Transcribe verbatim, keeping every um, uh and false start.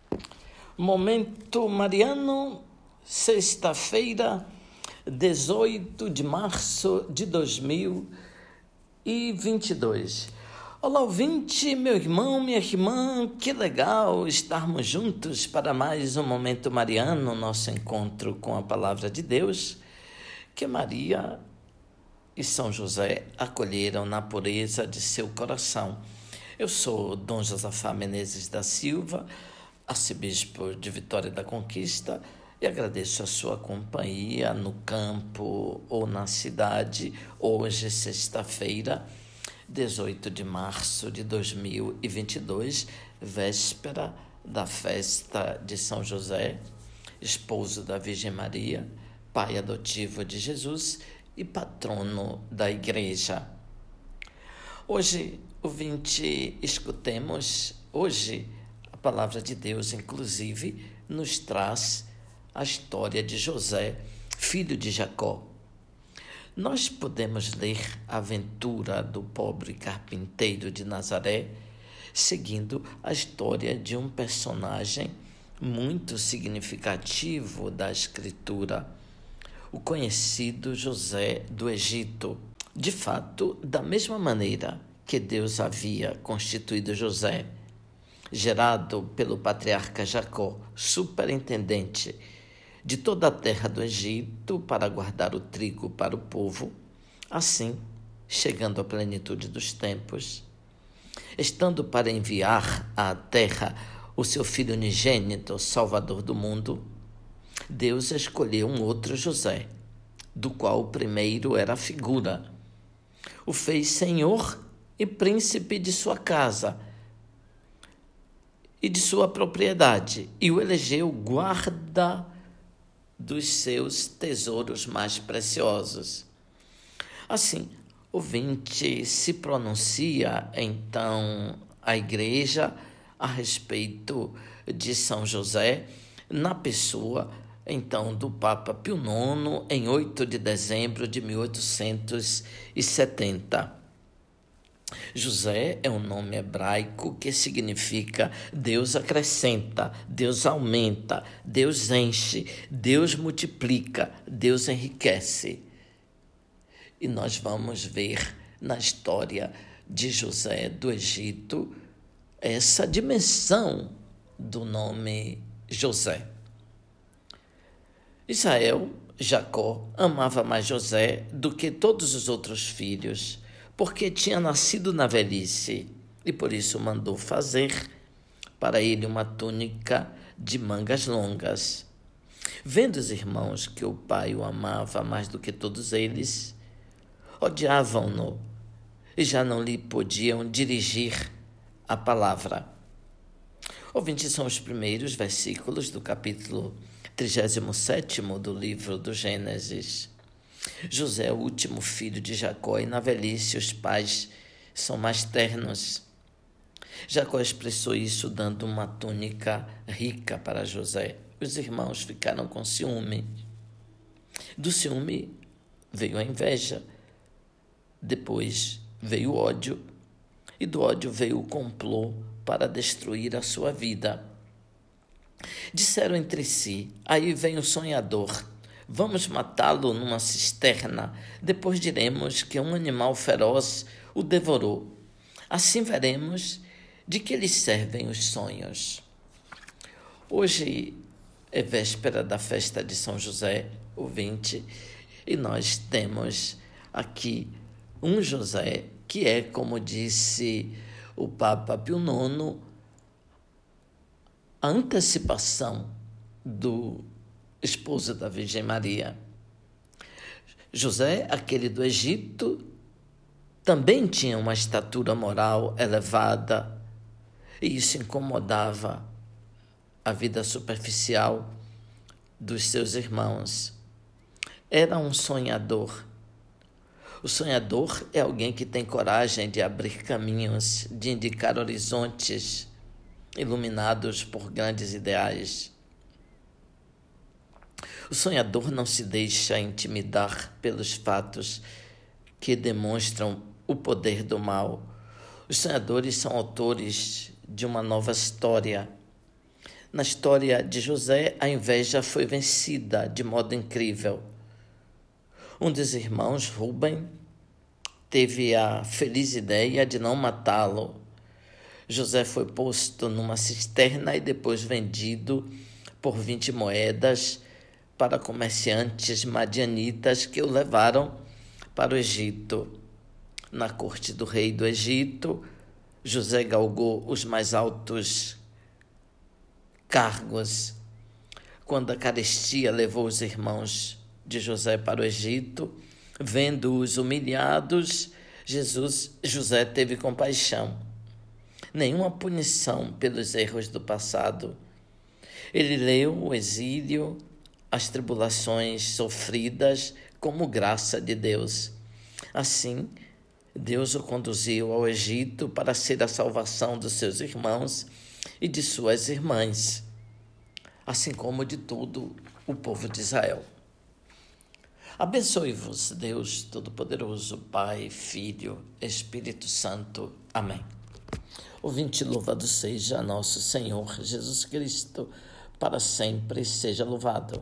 Momento Mariano, sexta-feira, dezoito de março de dois mil e vinte e dois. Olá, ouvinte, meu irmão, minha irmã, que legal estarmos juntos para mais um Momento Mariano, nosso encontro com a Palavra de Deus, que Maria e São José acolheram na pureza de seu coração. Eu sou Dom Josafá Menezes da Silva, arcebispo de Vitória da Conquista, e agradeço a sua companhia no campo ou na cidade, hoje, sexta-feira, dezoito de março de dois mil e vinte e dois, véspera da festa de São José, esposo da Virgem Maria, pai adotivo de Jesus e patrono da Igreja. Hoje, ouvinte, escutemos, hoje, a palavra de Deus, inclusive, nos traz a história de José, filho de Jacó. Nós podemos ler a aventura do pobre carpinteiro de Nazaré, seguindo a história de um personagem muito significativo da Escritura, o conhecido José do Egito. De fato, da mesma maneira que Deus havia constituído José, gerado pelo patriarca Jacó, superintendente de toda a terra do Egito para guardar o trigo para o povo, assim, chegando à plenitude dos tempos, estando para enviar à terra o seu filho unigênito, Salvador do mundo, Deus escolheu um outro José, do qual o primeiro era a figura. O fez senhor e príncipe de sua casa e de sua propriedade, e o elegeu guarda dos seus tesouros mais preciosos. Assim, ouvinte, se pronuncia então a Igreja a respeito de São José, na pessoa então do Papa Pio nono, em oito de dezembro de mil oitocentos e setenta. José é um nome hebraico que significa Deus acrescenta, Deus aumenta, Deus enche, Deus multiplica, Deus enriquece. E nós vamos ver na história de José do Egito essa dimensão do nome José. Israel, Jacó, amava mais José do que todos os outros filhos, porque tinha nascido na velhice, e por isso mandou fazer para ele uma túnica de mangas longas. Vendo os irmãos que o pai o amava mais do que todos eles, odiavam-no e já não lhe podiam dirigir a palavra. Ouvintes, são os primeiros versículos do capítulo trigésimo sétimo do livro do Gênesis. José é o último filho de Jacó e na velhice os pais são mais ternos. Jacó expressou isso dando uma túnica rica para José. Os irmãos ficaram com ciúme. Do ciúme veio a inveja, depois veio o ódio e do ódio veio o complô para destruir a sua vida. Disseram entre si: aí vem o sonhador. Vamos matá-lo numa cisterna, depois diremos que um animal feroz o devorou. Assim veremos de que lhe servem os sonhos. Hoje é véspera da festa de São José, ouvinte, e nós temos aqui um José que é, como disse o Papa Pio nono, a antecipação do esposo da Virgem Maria. José, aquele do Egito, também tinha uma estatura moral elevada e isso incomodava a vida superficial dos seus irmãos. Era um sonhador. O sonhador é alguém que tem coragem de abrir caminhos, de indicar horizontes iluminados por grandes ideais. O sonhador não se deixa intimidar pelos fatos que demonstram o poder do mal. Os sonhadores são autores de uma nova história. Na história de José, a inveja foi vencida de modo incrível. Um dos irmãos, Rubem, teve a feliz ideia de não matá-lo. José foi posto numa cisterna e depois vendido por vinte moedas para comerciantes madianitas que o levaram para o Egito. Na corte do rei do Egito, José galgou os mais altos cargos. Quando a carestia levou os irmãos de José para o Egito, vendo-os humilhados, Jesus, José teve compaixão. Nenhuma punição pelos erros do passado. Ele leu o exílio, as tribulações sofridas como graça de Deus. Assim, Deus o conduziu ao Egito para ser a salvação dos seus irmãos e de suas irmãs, assim como de todo o povo de Israel. Abençoe-vos, Deus Todo-Poderoso, Pai, Filho, Espírito Santo. Amém. Ouvinte, louvado seja nosso Senhor Jesus Cristo, para sempre seja louvado.